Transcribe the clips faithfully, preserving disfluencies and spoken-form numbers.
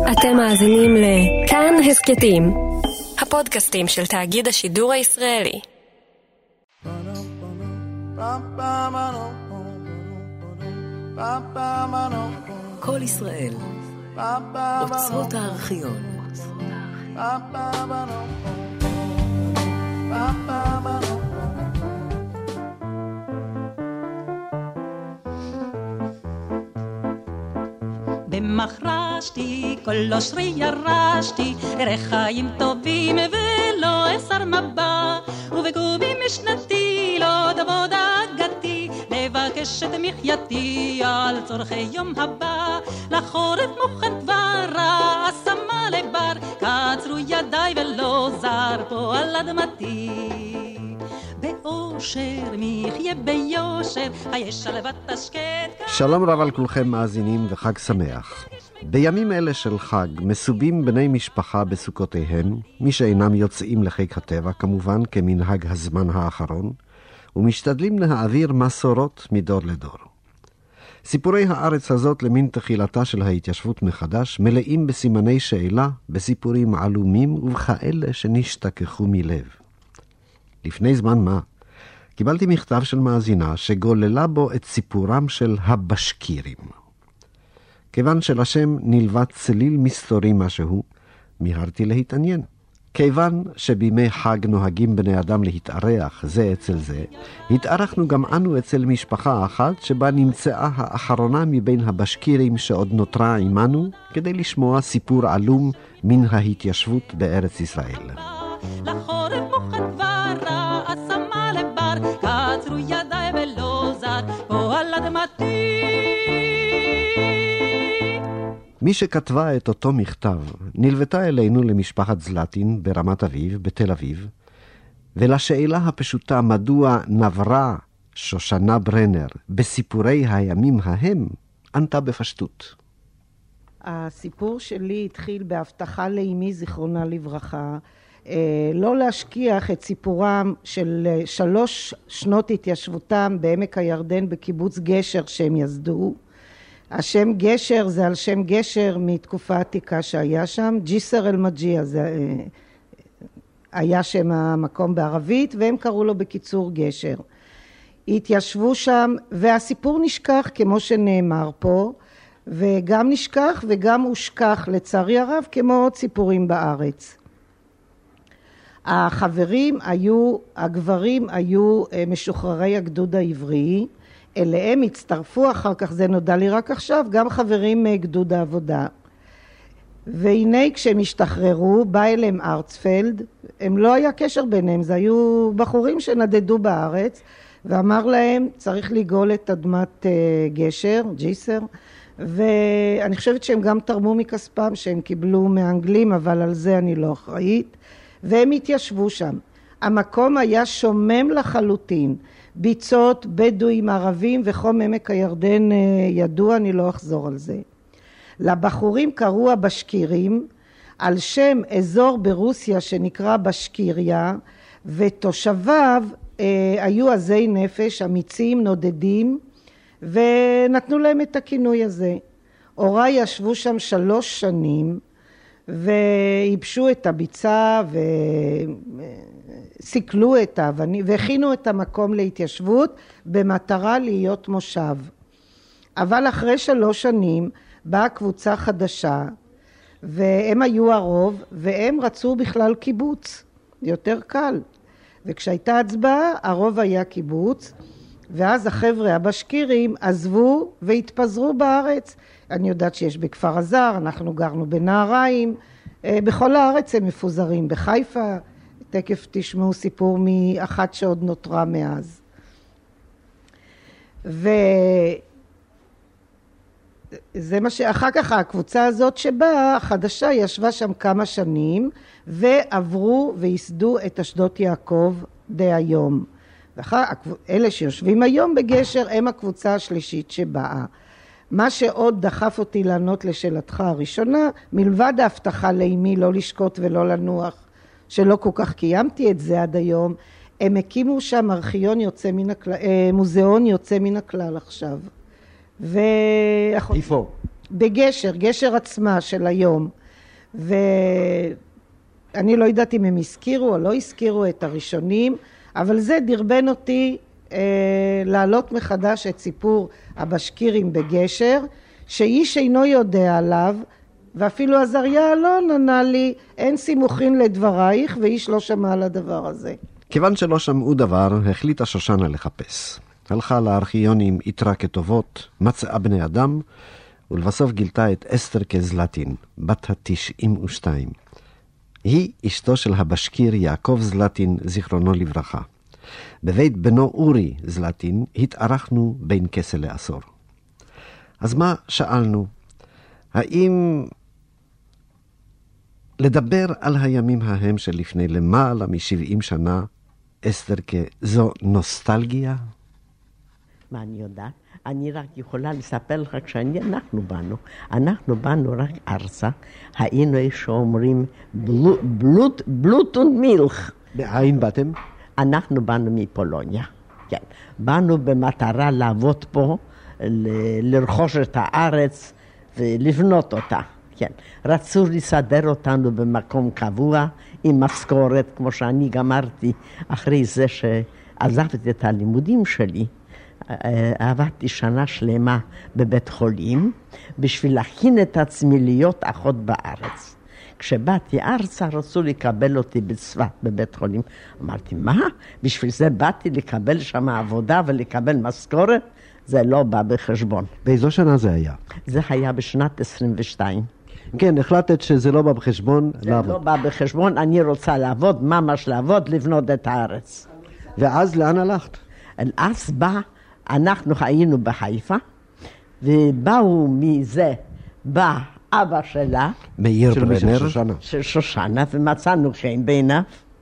אתם מאזינים לכאן הסקטים, הפודקאסטים של תאגיד השידור הישראלי. כל ישראל, אוצרות הארכיון. במחרשתי כל אושרי ירשתי, ערך חיים טובים ולא אסר מבא, ובגובי משנתי לא תבוא דאגתי, לבקש את מחייתי על צורכי יום הבא. לחורף מוכן כבר השמה לבר, קצרו ידיי ולא זר פה על אדמתי. באושר מחיה ביושר, היש שלוות השקט. שלום רב על כולכם מאזינים וחג שמח. בימים אלה של חג מסובים בני משפחה בסוכותיהם, מי שאינם יוצאים לחיק הטבע כמובן כמנהג הזמן האחרון, ומשתדלים להעביר מסורות מדור לדור. סיפורי הארץ הזאת למין תחילתה של ההתיישבות מחדש מלאים בסימני שאלה, בסיפורים עלומים ובכאלה שנשתכחו מלב. לפני זמן מה קיבלתי מכתב של מאזינה שגוללה בו את סיפורם של הבשקירים. כיוון שלשם נלווה צליל מסתורי משהו, מיהרתי להתעניין. כיוון שבימי חג נוהגים בני אדם להתארח זה אצל זה, התארחנו גם אנו אצל משפחה אחת שבה נמצאה האחרונה מבין הבשקירים שעוד נותרה עמנו, כדי לשמוע סיפור עלום מן ההתיישבות בארץ ישראל. לחורף מוכן כבר השמה לבר, קצרו ידיי ולא זר פה על אדמתי. מי שכתבה את אותו מכתב נלוותה אלינו למשפחת זלטין ברמת אביב, בתל אביב, ולשאלה הפשוטה מדוע נברה שושנה ברנר בסיפורי הימים ההם, ענתה בפשטות. הסיפור שלי התחיל בהבטחה לאמי זיכרונה לברכה, לא להשכיח את סיפורם של שלוש שנות התיישבותם בעמק הירדן בקיבוץ גשר שהם יסדו. השם גשר זה על שם גשר מתקופה עתיקה שהיה שם, ג'יסר אל מג'יה זה היה שם המקום בערבית, והם קראו לו בקיצור גשר. התיישבו שם והסיפור נשכח כמו שנאמר פה, וגם נשכח וגם הושכח לצערי הרב כמו עוד סיפורים בארץ. החברים היו, הגברים היו משוחררי הגדוד העברי, אליהם הצטרפו אחר כך, זה נודע לי רק עכשיו, גם חברים מגדוד העבודה. והנה כשהם השתחררו, בא אליהם ארצפלד, הם לא היה קשר ביניהם, זה היו בחורים שנדדו בארץ, ואמר להם צריך לגאול את אדמת גשר, ג'יסר, ואני חושבת שהם גם תרמו מכספם שהם קיבלו מאנגלים, אבל על זה אני לא אחראית, והם התיישבו שם. המקום היה שומם לחלוטין, ביצות, בדואים, ערבים וחום עמק הירדן ידוע, אני לא אחזור על זה. לבחורים קראו הבשקירים על שם אזור ברוסיה שנקרא בשקיריה, ותושביו אה, היו עזי נפש, אמיצים, נודדים, ונתנו להם את הכינוי הזה. הוריי ישבו שם שלוש שנים, וייבשו את הביצה וסיכלו את האבנים והכינו את המקום להתיישבות במטרה להיות מושב. אבל אחרי שלוש שנים באה קבוצה חדשה והם היו הרוב והם רצו בכלל קיבוץ, יותר קל. וכשהייתה הצבעה הרוב היה קיבוץ, ואז החבר'ה הבשקירים עזבו והתפזרו בארץ. אני יודעת שיש בכפר עזר, אנחנו גרנו בנהריים, בכל הארץ הם מפוזרים, בחיפה, תכף תשמעו סיפור מאחת שעוד נותרה מאז. וזה מה שאחר כך הקבוצה הזאת שבאה, החדשה, ישבה שם כמה שנים, ועברו ויסדו את אשדות יעקב די היום. ואחר, אלה שיושבים היום בגשר הם הקבוצה השלישית שבאה. מה שעוד דחף אותי לענות לשאלתך הראשונה, מלבד ההבטחה לאמי לא לשקוט ולא לנוח, שלא כל כך קיימתי את זה עד היום, הם הקימו שם ארכיון יוצא מן הכלל, מוזיאון יוצא מן הכלל עכשיו. איפה? בגשר, גשר עצמה של היום. ואני לא יודעת אם הם הזכירו או לא הזכירו את הראשונים, אבל זה דרבן אותי אה, להעלות מחדש את סיפור הבשקירים בגשר, שאיש אינו יודע עליו, ואפילו עזריה אלון ענה לי, אין סימוכין לדברייך, ואיש לא שמע על הדבר הזה. כיוון שלא שמעו דבר, החליטה שושנה לחפש. הלכה לארכיונים איתרה כתובות, מצאה בני אדם, ולבסוף גילתה את אסתר כזלטין, בת ה-תשעים ושתיים. היא אשתו של הבשקיר יעקב זלטין, זיכרונו לברכה. בבית בנו אורי זלטין התארחנו בין כסה לעשור. אז מה שאלנו? האם לדבר על הימים ההם של לפני למעלה מ-שבעים שנה, אסתר כזו נוסטלגיה? מה אני יודעת? אני רק יכולה לספר לך כשאני, אנחנו באנו, אנחנו באנו רק ארצה, היינו שאומרים בלוט, בלוט ומילך. מאין באתם? אנחנו באנו מפולוניה, כן. באנו במטרה לעבוד פה, ל- לרכוש את הארץ ולבנות אותה, כן. רצו לסדר אותנו במקום קבוע, עם משכורת, כמו שאני גמרתי, אחרי זה שעזבתי את הלימודים שלי, עבדתי שנה שלמה בבית חולים, בשביל להכין את עצמי להיות אחות בארץ. כשבאתי ארצה רצו לקבל אותי בצפת בבית חולים. אמרתי, מה? בשביל זה באתי לקבל שם עבודה ולקבל משכורת? זה לא בא בחשבון. באיזו שנה זה היה? זה היה בשנת עשרים ושתיים. כן, החלטת שזה לא בא בחשבון. זה לעבוד. לא בא בחשבון, אני רוצה לעבוד, ממש לעבוד, לבנות את הארץ. ואז לאן הלכת? אז בא, אנחנו היינו בחיפה, ובאו מזה, בא אבא שלה, מאיר ברנר, שושנה. של שושנה, ומצאנו חן בעיניו,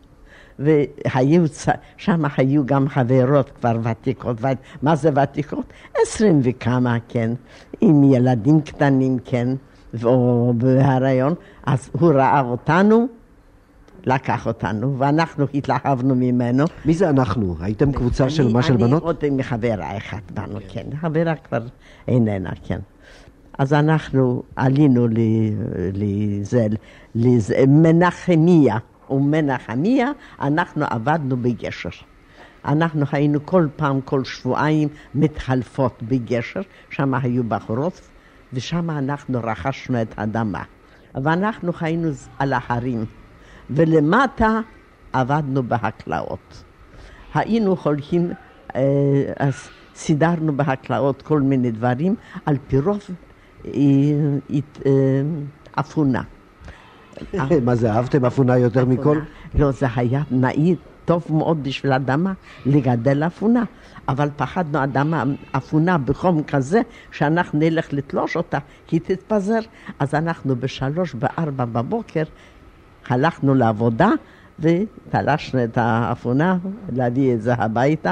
והיו, שם היו גם חברות כבר ותיקות, מה זה ותיקות? עשרים וכמה, כן, עם ילדים קטנים, כן, או בהיריון, אז הוא ראה אותנו, לקח אותנו, ואנחנו התלהבנו ממנו. מי זה אנחנו? הייתם קבוצה של מה של בנות? אני עוד עם חברה אחת באנו, כן, חברה כבר איננה, כן. אז אנחנו עלינו לזה, למנחמיה ומנחמיה, אנחנו עבדנו בגשר. אנחנו היינו כל פעם, כל שבועיים מתחלפות בגשר, שם היו בחורות, ושם אנחנו רכשנו את האדמה. ואנחנו היינו על ההרים, ולמטה עבדנו בהקלעות. היינו הולכים, אז סידרנו בהקלעות כל מיני דברים, על פי רוב אפונה. מה זה, אהבתם אפונה יותר מכל? לא, זה היה נאי טוב מאוד בשביל אדמה לגדל אפונה, אבל פחדנו אדמה אפונה בחום כזה שאנחנו נלך לתלוש אותה, כי תתפזר. אז אנחנו בשלוש, בארבע בבוקר הלכנו לעבודה ותלשנו את האפונה, להביא את זה הביתה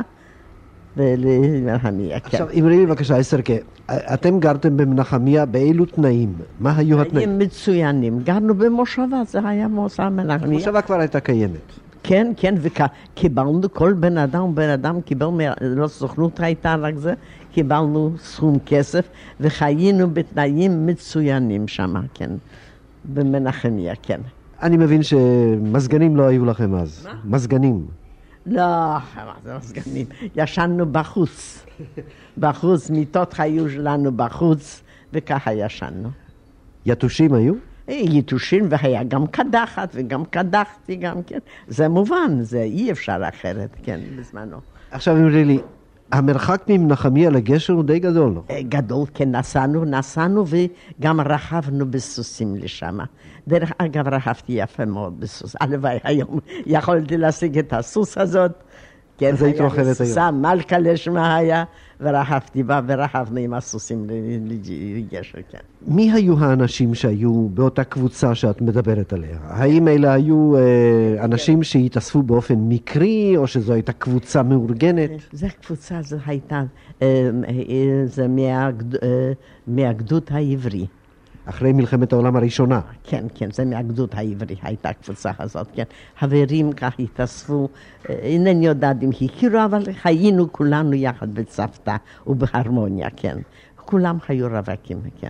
ולמנחמיה. עכשיו, אמרי לי בבקשה, אסתרקה, אתם גרתם במנחמיה באילו תנאים? מה היו התנאים? תנאים מצוינים, גרנו במושבה, זה היה מושבה מנחמיה. המושבה כבר הייתה קיימת. כן, כן, וקיבלנו, כל בן אדם, בן אדם קיבל, לא סוכנות הייתה רק זה, קיבלנו סכום כסף, וחיינו בתנאים מצוינים שם, כן, במנחמיה, כן. אני מבין שמזגנים לא היו לכם אז. מה? מזגנים. לא, מה זה מזגנים? ישנו בחוץ. בחוץ, מיטות היו שלנו בחוץ, וככה ישנו. יתושים היו? יתושים, והיה גם קדחת, וגם קדחתי גם, כן. זה מובן, זה אי אפשר אחרת, כן, בזמנו. עכשיו אמרי לי, המרחק ממנחמיה לגשר הוא די גדול, לא? גדול, כן, נסענו, נסענו, וגם רכבנו בסוסים לשם. דרך אגב, רכבתי יפה מאוד בסוס. הלוואי, היום יכולתי להשיג את הסוס הזאת. כן, אז היית רוכבת היום. סוסה, מלכה לשמה היה, ורכבתי בה, ורכבנו עם הסוסים לגשר, כן. מי היו האנשים שהיו באותה קבוצה שאת מדברת עליה? האם אלה היו אה, אנשים שהתאספו באופן מקרי, או שזו הייתה קבוצה מאורגנת? זו קבוצה, זו הייתה, אה, זה מהגד, אה, מהגדוד העברי. אחרי מלחמת העולם הראשונה. כן, כן, זה מהגדוד העברי, הייתה הקבוצה הזאת, כן. חברים כך התאספו, אינני יודעת אם הכירו, אבל היינו כולנו יחד בצוותא ובהרמוניה, כן. כולם היו רווקים, כן.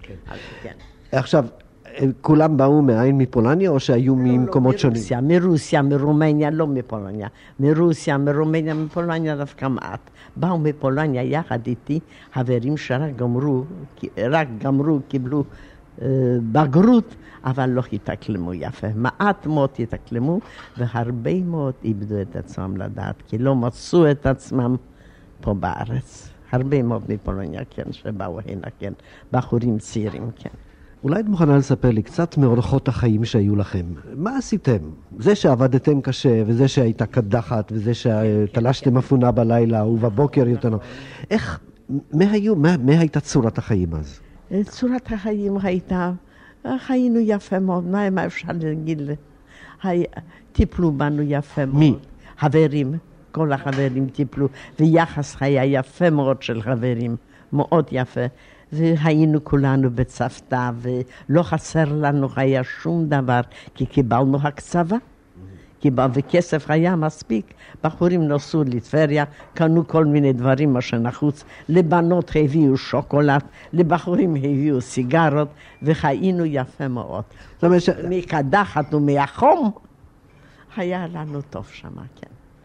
אז כן. עכשיו, כולם באו מאין, מפולניה, או שהיו ממקומות שונים? מרוסיה, מרוסיה, מרומניה, לא מפולניה. מרוסיה, מרומניה, מפולניה דווקא מעט. באו מפולניה יחד איתי, חברים שרק גמרו, רק גמרו, קיבלו אה, בגרות, אבל לא התאקלמו יפה. מעט מאוד התאקלמו, והרבה מאוד איבדו את עצמם לדעת, כי לא מצאו את עצמם פה בארץ. הרבה מאוד מפולניה, כן, שבאו הנה, כן. בחורים צעירים, כן. אולי את מוכנה לספר לי קצת מאורחות החיים שהיו לכם. מה עשיתם? זה שעבדתם קשה, וזה שהייתה קדחת, וזה שתלשתם אפונה בלילה, ובבוקר יותר... איך, מה היו, מה, מה הייתה צורת החיים אז? צורת החיים הייתה, חיינו יפה מאוד, מה, מה אפשר להגיד? הי, טיפלו בנו יפה מאוד. מי? חברים, כל החברים טיפלו, ויחס היה יפה מאוד של חברים, מאוד יפה. והיינו כולנו בצוותא, ולא חסר לנו היה שום דבר, כי קיבלנו הקצבה, קיבלנו, וכסף היה מספיק. בחורים נסעו לטבריה, קנו כל מיני דברים מה שנחוץ, לבנות הביאו שוקולד, לבחורים הביאו סיגרות, וחיינו יפה מאוד. זאת אומרת, מקדחת ומהחום, היה לנו טוב שם, כן.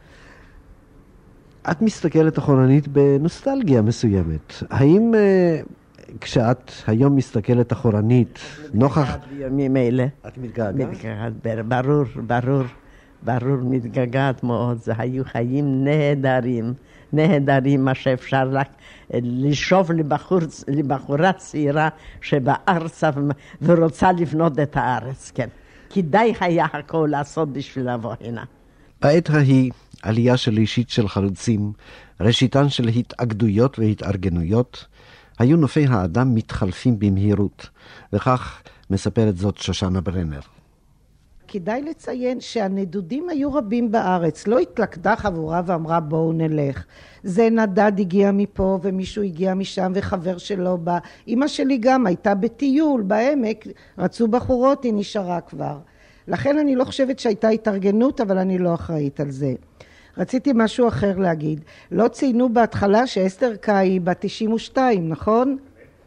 את מסתכלת אחורנית בנוסטלגיה מסוימת. האם... כשאת היום מסתכלת אחורנית, נוכח... בימים אלה. את מתגעגעת? מתגעגעת, ברור, ברור, ברור, מתגעגעת מאוד. זה היו חיים נהדרים, נהדרים, מה שאפשר רק לשאוף לבחור, לבחורה צעירה שבארצה ורוצה לבנות את הארץ, כן. כדאי היה הכל לעשות בשביל לבוא הנה. בעת ההיא, עלייה שלישית של חלוצים, ראשיתן של התאגדויות והתארגנויות, היו נופי האדם מתחלפים במהירות, וכך מספרת זאת שושנה ברנר. כדאי לציין שהנדודים היו רבים בארץ, לא התלכדה חבורה ואמרה בואו נלך. זה נדד הגיע מפה ומישהו הגיע משם וחבר שלו בא. אמא שלי גם הייתה בטיול בעמק, רצו בחורות, היא נשארה כבר. לכן אני לא חושבת שהייתה התארגנות, אבל אני לא אחראית על זה. רציתי משהו אחר להגיד. לא ציינו בהתחלה שאסתר קאי בת תשעים ושתיים, נכון?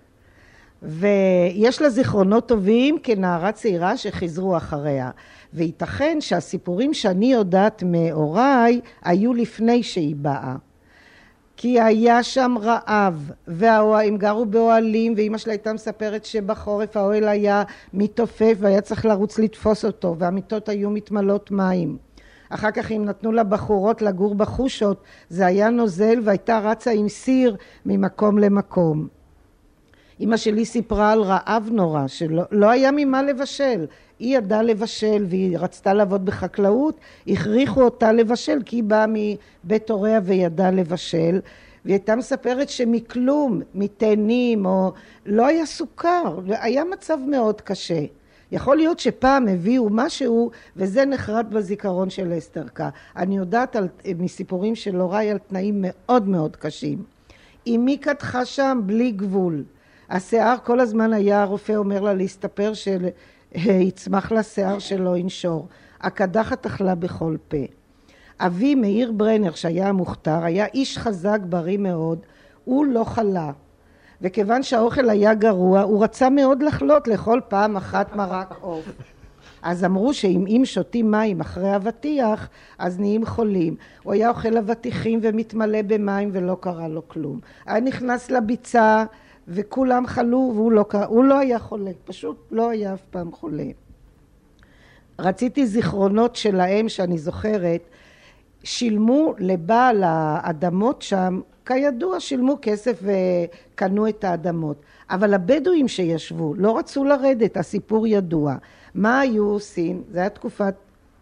ויש לה זיכרונות טובים כנערה צעירה שחיזרו אחריה. וייתכן שהסיפורים שאני יודעת מהוריי היו לפני שהיא באה. כי היה שם רעב, והם גרו באוהלים, ואמא שלה הייתה מספרת שבחורף האוהל היה מתעופף והיה צריך לרוץ לתפוס אותו, והמיטות היו מתמלות מים. אחר כך אם נתנו לבחורות לגור בחושות, זה היה נוזל והייתה רצה עם סיר ממקום למקום. אמא שלי סיפרה על רעב נורא, שלא לא היה ממה לבשל. היא ידעה לבשל והיא רצתה לעבוד בחקלאות, הכריחו אותה לבשל כי היא באה מבית הוריה וידעה לבשל. והיא הייתה מספרת שמכלום, מתאנים או לא היה סוכר, היה מצב מאוד קשה. יכול להיות שפעם הביאו משהו וזה נחרט בזיכרון של אסתר קאי. אני יודעת על, מסיפורים של הוריי על תנאים מאוד מאוד קשים. אמי קדחה שם בלי גבול. השיער כל הזמן היה, הרופא אומר לה להסתפר שיצמח לה שיער שלא ינשור. הקדחת אכלה בכל פה. אבי מאיר ברנר שהיה המוכתר היה איש חזק בריא מאוד, הוא לא חלה. וכיוון שהאוכל היה גרוע, הוא רצה מאוד לחלות לכל פעם אחת מרק עוף. אז אמרו שאם אם שותים מים אחרי אבטיח, אז נהיים חולים. הוא היה אוכל אבטיחים ומתמלא במים ולא קרה לו כלום. היה נכנס לביצה וכולם חלו והוא לא, הוא לא היה חולה, פשוט לא היה אף פעם חולה. רציתי זיכרונות שלהם שאני זוכרת, שילמו לבעל האדמות שם, כידוע שילמו כסף וקנו את האדמות, אבל הבדואים שישבו לא רצו לרדת, הסיפור ידוע. מה היו עושים? זה היה תקופת,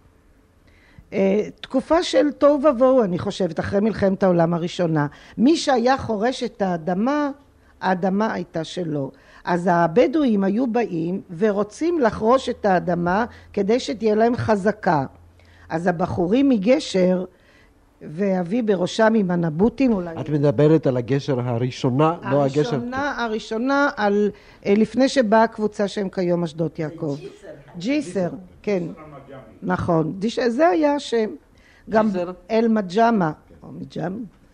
תקופה של תוהו ובוהו, אני חושבת, אחרי מלחמת העולם הראשונה. מי שהיה חורש את האדמה, האדמה הייתה שלו. אז הבדואים היו באים ורוצים לחרוש את האדמה כדי שתהיה להם חזקה. אז הבחורים מגשר, ואבי בראשם עם הנבוטים אולי... את מדברת על הגשר הראשונה, לא הגשר... הראשונה, הראשונה, על, לפני שבאה הקבוצה שהם כיום אשדוד יעקב. ג'יסר, כן. נכון, זה היה השם. גם אל מג'מה, או מג'מה.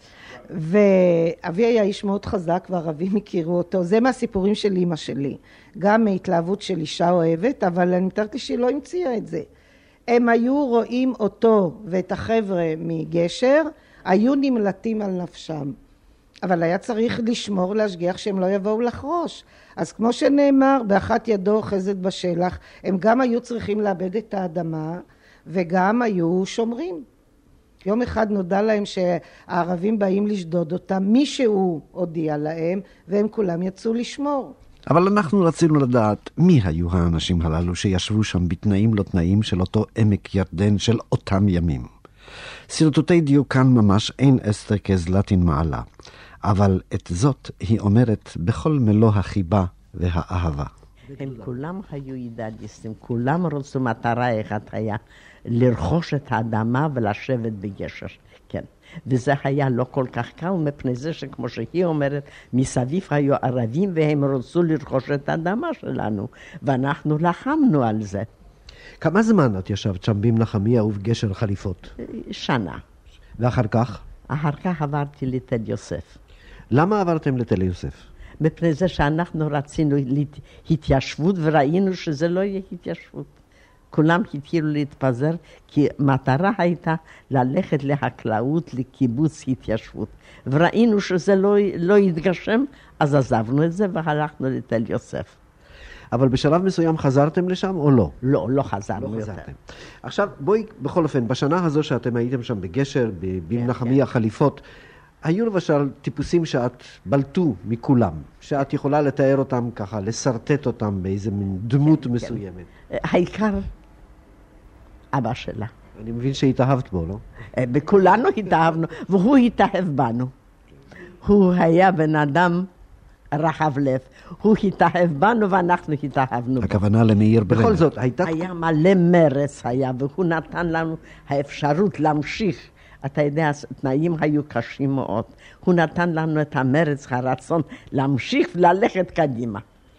ואבי היה איש מאוד חזק והערבים הכירו אותו. זה מהסיפורים של אמא שלי. גם מהתלהבות של אישה אוהבת, אבל אני מתארת לי שהיא לא המציאה את זה. הם היו רואים אותו ואת החבר'ה מגשר, היו נמלטים על נפשם. אבל היה צריך לשמור, להשגיח שהם לא יבואו לחרוש. אז כמו שנאמר, באחת ידו אוחזת בשלח, הם גם היו צריכים לאבד את האדמה, וגם היו שומרים. יום אחד נודע להם שהערבים באים לשדוד אותם, מישהו הודיע להם, והם כולם יצאו לשמור. אבל אנחנו רצינו לדעת מי היו האנשים הללו שישבו שם בתנאים לא תנאים של אותו עמק ירדן של אותם ימים. סרטוטי דיוקן ממש אין אסתר כזלתין מעלה, אבל את זאת היא אומרת בכל מלוא החיבה והאהבה. הם כולם היו ידדיסטים, כולם רצו מטרה אחת היה לרכוש את האדמה ולשבת בגשר, כן. וזה היה לא כל כך קל מפני זה שכמו שהיא אומרת, מסביב היו ערבים והם רצו לרכוש את האדמה שלנו, ואנחנו לחמנו על זה. כמה זמן את ישבת שם במנחמיה ובגשר חליפות? שנה. ואחר כך? אחר כך עברתי לתל יוסף. למה עברתם לתל יוסף? מפני זה שאנחנו רצינו התיישבות וראינו שזה לא יהיה התיישבות. כולם התחילו להתפזר, כי מטרה הייתה ללכת לחקלאות, לקיבוץ התיישבות. וראינו שזה לא, לא יתגשם, אז עזבנו את זה והלכנו לתל יוסף. אבל בשלב מסוים חזרתם לשם או לא? לא, לא חזרנו לא יותר. חזרתם. עכשיו, בואי, בכל אופן, בשנה הזו שאתם הייתם שם בגשר, במנחמיה, חליפות, היו למשל טיפוסים שאת בלטו מכולם, שאת יכולה לתאר אותם ככה, לסרטט אותם באיזה מין דמות מסוימת. העיקר אבא שלה. אני מבין שהתאהבת בו, לא? בכולנו התאהבנו, והוא התאהב בנו. הוא היה בן אדם רחב לב. הוא התאהב בנו ואנחנו התאהבנו בו. הכוונה למאיר ברנר. בכל זאת, הייתה... היה מלא מרץ היה, והוא נתן לנו האפשרות להמשיך. אתה יודע, התנאים היו קשים מאוד. הוא נתן לנו את המרץ, הרצון, להמשיך וללכת קדימה.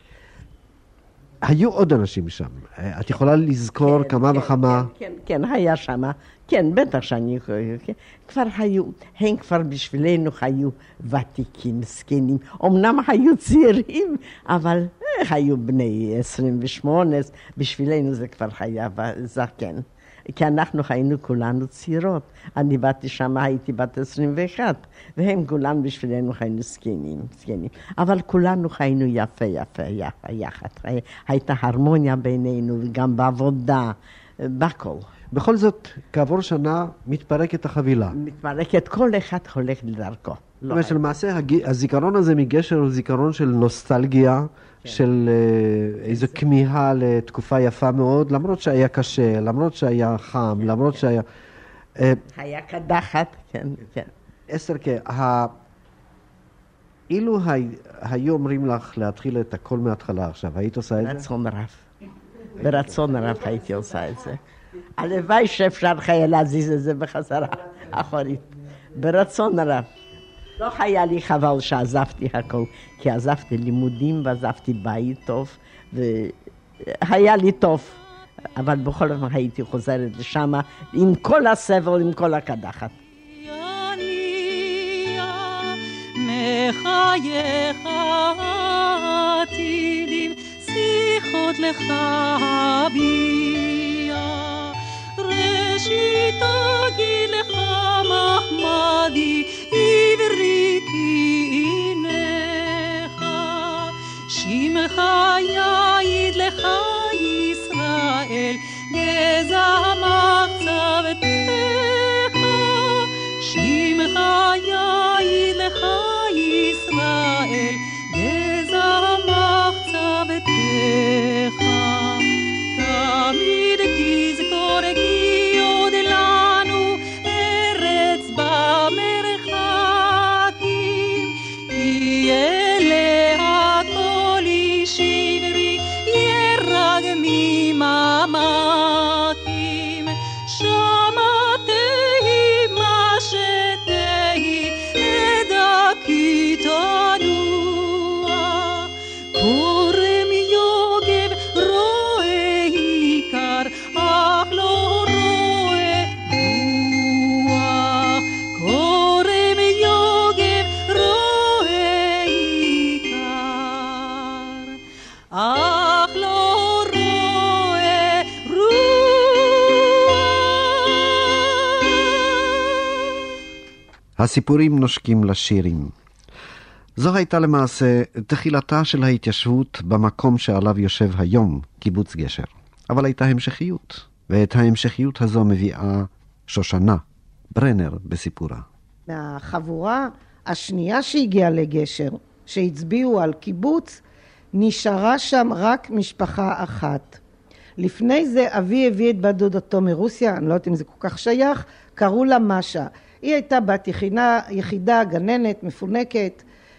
היו עוד אנשים שם. את יכולה לזכור כן, כמה כן, וכמה... כן, כן, כן, היה שם. כן, בטח שאני... כן, כבר היו, הם כבר בשבילנו היו ותיקים, זקנים. אמנם היו צעירים, אבל היו בני עשרים ושמונה, בשבילנו זה כבר היה זקן. כי אנחנו היינו כולנו צעירות. אני באתי שם, הייתי בת עשרים ואחת, והם כולנו בשבילנו היינו זקנים, זקנים. אבל כולנו היינו יפה, יפה, יפה, יחד. הייתה הרמוניה בינינו, וגם בעבודה, בכל. בכל זאת, כעבור שנה מתפרקת החבילה. מתפרקת, כל אחד הולך לדרכו. זאת אומרת, למעשה, הזיכרון הזה מגשר הוא זיכרון של נוסטלגיה, של איזו כמיהה לתקופה יפה מאוד, למרות שהיה קשה, למרות שהיה חם, למרות שהיה... היה קדחת, כן, כן. אסתרקה, אילו היו אומרים לך להתחיל את הכל מההתחלה עכשיו, היית עושה את זה? ברצון רב. ברצון רב הייתי עושה את זה. הלוואי שאפשר היה להזיז את זה בחזרה אחורית. ברצון רב. לא היה לי חבל שעזבתי הכל, כי עזבתי לימודים ועזבתי בית טוב, והיה לי טוב. אבל בכל זאת הייתי חוזרת לשם עם כל הסבל, עם כל הקדחת. מחייך עתידים, שיחות לך בייה, ראשית תגיד לך מחמדי, עברי קינך, שמך יעיד לך ישראל, גזע מחצבתך, שמך יעיד לך ישראל, גזע מחצבתך. תמיד תזכור כי עוד לנו ארץ במרחקים, כי אליה כל איש עברי ירג ממעמקים. שמה תהי מה שתהי, עדה כי תנוע, קורם יוגב רואה עיקר, אך לא רואה רוח. קורם יוגב הסיפורים נושקים לשירים. זו הייתה למעשה תחילתה של ההתיישבות במקום שעליו יושב היום, קיבוץ גשר. אבל הייתה המשכיות, ואת ההמשכיות הזו מביאה שושנה, ברנר בסיפורה. מהחבורה השנייה שהגיעה לגשר, שהצביעו על קיבוץ, נשארה שם רק משפחה אחת. לפני זה אבי הביא את בת דודתו מרוסיה, אני לא יודעת אם זה כל כך שייך, קראו לה משה. היא הייתה בת יחידה, יחידה גננת, מפונקת,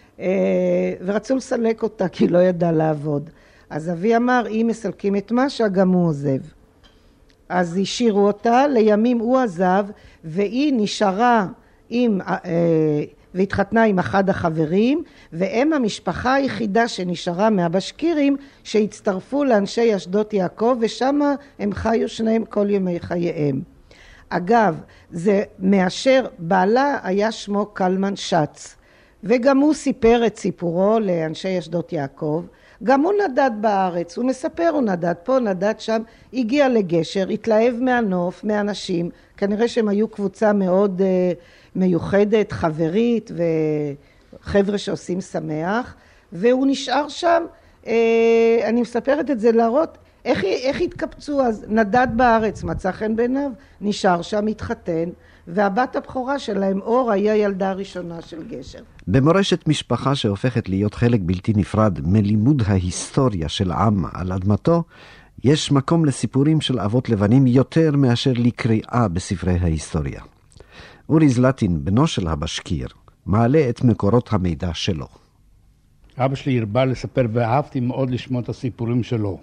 ורצו לסלק אותה כי לא ידעה לעבוד. אז אבי אמר, אם מסלקים את משה, גם הוא עוזב. אז השאירו אותה, לימים הוא עזב, והיא נשארה עם, והתחתנה עם אחד החברים, והם המשפחה היחידה שנשארה מהבשקירים, שהצטרפו לאנשי אשדות יעקב, ושם הם חיו שניהם כל ימי חייהם. אגב, זה מאשר בעלה היה שמו קלמן שץ, וגם הוא סיפר את סיפורו לאנשי אשדות יעקב. גם הוא נדד בארץ, הוא מספר, הוא נדד פה, נדד שם, הגיע לגשר, התלהב מהנוף, מהאנשים, כנראה שהם היו קבוצה מאוד uh, מיוחדת, חברית, וחבר'ה שעושים שמח, והוא נשאר שם, uh, אני מספרת את זה להראות, איך, איך התקפצו אז? נדד בארץ, מצא חן בעיניו, נשאר שם, התחתן, והבת הבכורה שלהם, אור, היה ילדה הראשונה של גשר. במורשת משפחה שהופכת להיות חלק בלתי נפרד מלימוד ההיסטוריה של עם על אדמתו, יש מקום לסיפורים של אבות לבנים יותר מאשר לקריאה בספרי ההיסטוריה. אורי זלטין, בנו של הבשקיר, מעלה את מקורות המידע שלו. אבא שלי הרבה לספר ואהבתי מאוד לשמוע את הסיפורים שלו.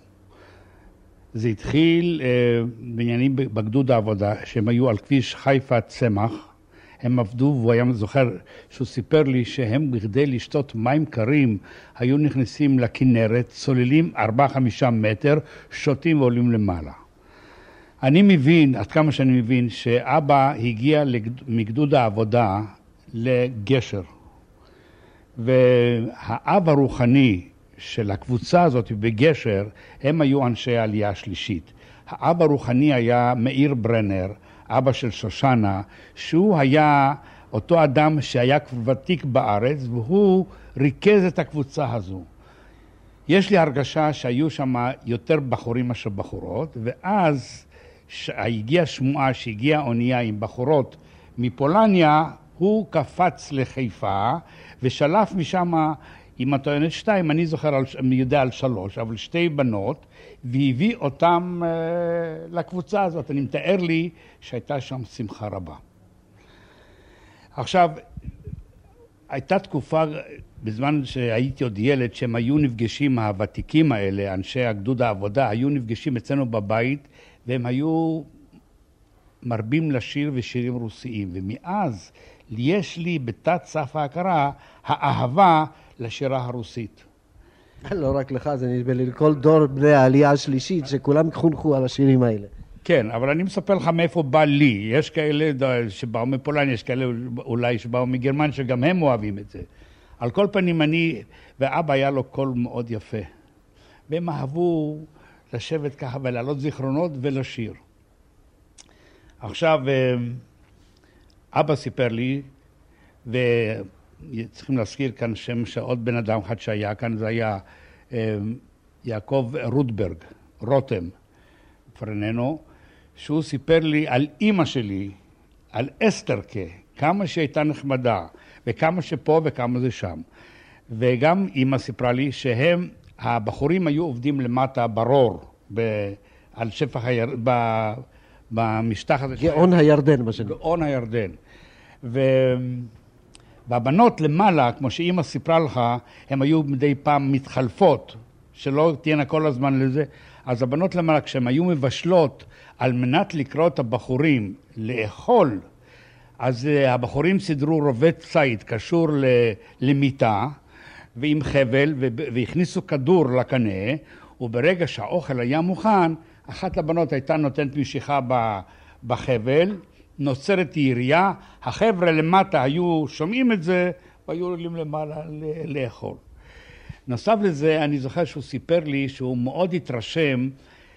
זה התחיל אה, בעניינים בגדוד העבודה, שהם היו על כביש חיפה צמח, הם עבדו, והוא היה זוכר שהוא סיפר לי שהם בכדי לשתות מים קרים, היו נכנסים לכנרת, צוללים ארבעה חמישה מטר, שותים ועולים למעלה. אני מבין, עד כמה שאני מבין, שאבא הגיע מגדוד העבודה לגשר, והאב הרוחני של הקבוצה הזאת בגשר, הם היו אנשי העלייה השלישית. האב הרוחני היה מאיר ברנר, אבא של שושנה, שהוא היה אותו אדם שהיה ותיק בארץ, והוא ריכז את הקבוצה הזו. יש לי הרגשה שהיו שם יותר בחורים מאשר בחורות, ואז הגיעה שמועה שהגיעה אונייה עם בחורות מפולניה, הוא קפץ לחיפה ושלף משם עם הטוענת שתיים, אני זוכר, אני יודע על שלוש, אבל שתי בנות, והביא אותם אה, לקבוצה הזאת. אני מתאר לי שהייתה שם שמחה רבה. עכשיו, הייתה תקופה, בזמן שהייתי עוד ילד, שהם היו נפגשים, הוותיקים האלה, אנשי הגדוד העבודה, היו נפגשים אצלנו בבית, והם היו מרבים לשיר ושירים רוסיים. ומאז יש לי בתת סף ההכרה, האהבה לשירה הרוסית. לא רק לך, זה נדמה לי לכל דור בני העלייה השלישית, שכולם חונכו על השירים האלה. כן, אבל אני מספר לך מאיפה בא לי. יש כאלה שבאו מפולניה, יש כאלה אולי שבאו מגרמן, שגם הם אוהבים את זה. על כל פנים, אני ואבא היה לו קול מאוד יפה. והם אהבו לשבת ככה ולעלות זיכרונות ולשיר. עכשיו, אבא סיפר לי, וצריכים להזכיר כאן שם שעוד בן אדם אחד שהיה כאן, זה היה יעקב רוטברג, רותם, פרננו, שהוא סיפר לי על אמא שלי, על אסתרקה, כמה שהייתה נחמדה, וכמה שפה וכמה זה שם. וגם אמא סיפרה לי שהם, הבחורים היו עובדים למטה ברור, ב, על שפח הירדן, ב, במשטח הזה. גאון הירדן, מה שנקרא. גאון הירדן. ו... והבנות למעלה, כמו שאמא סיפרה לך, הן היו מדי פעם מתחלפות, שלא תהיינה כל הזמן לזה. אז הבנות למעלה, כשהן היו מבשלות על מנת לקרוא את הבחורים לאכול, אז הבחורים סידרו רובת ציד קשור למיטה, ועם חבל, והכניסו כדור לקנה, וברגע שהאוכל היה מוכן, אחת הבנות הייתה נותנת משיכה בחבל, נוצרת ירייה, החבר'ה למטה היו שומעים את זה, והיו עולים למעלה לאכול. נוסף לזה, אני זוכר שהוא סיפר לי שהוא מאוד התרשם,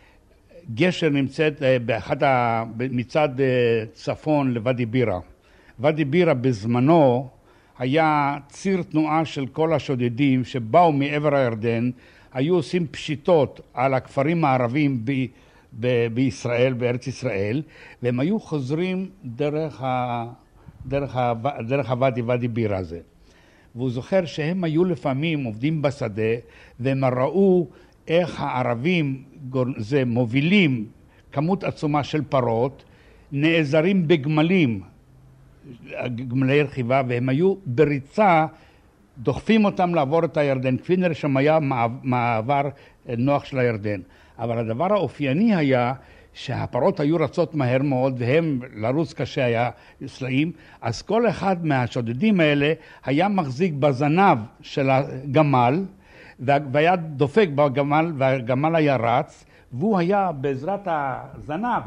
גשר נמצאת באחד ה... מצד צפון לוואדי בירה, ואדי בירה בזמנו היה ציר תנועה של כל השודדים שבאו מעבר הירדן, היו עושים פשיטות על הכפרים הערבים ב, ב, בישראל, בארץ ישראל, והם היו חוזרים דרך, ה, דרך, ה, דרך הוואדי, ואדי בירה הזה. והוא זוכר שהם היו לפעמים עובדים בשדה, והם ראו איך הערבים זה מובילים כמות עצומה של פרות, נעזרים בגמלים, גמלי רכיבה, והם היו בריצה, דוחפים אותם לעבור את הירדן, כפי נראה שם היה מעבר נוח של הירדן. אבל הדבר האופייני היה שהפרות היו רצות מהר מאוד, והם לרוץ קשה היה סלעים, אז כל אחד מהשודדים האלה היה מחזיק בזנב של הגמל, והיה דופק בגמל, והגמל היה רץ, והוא היה בעזרת הזנב,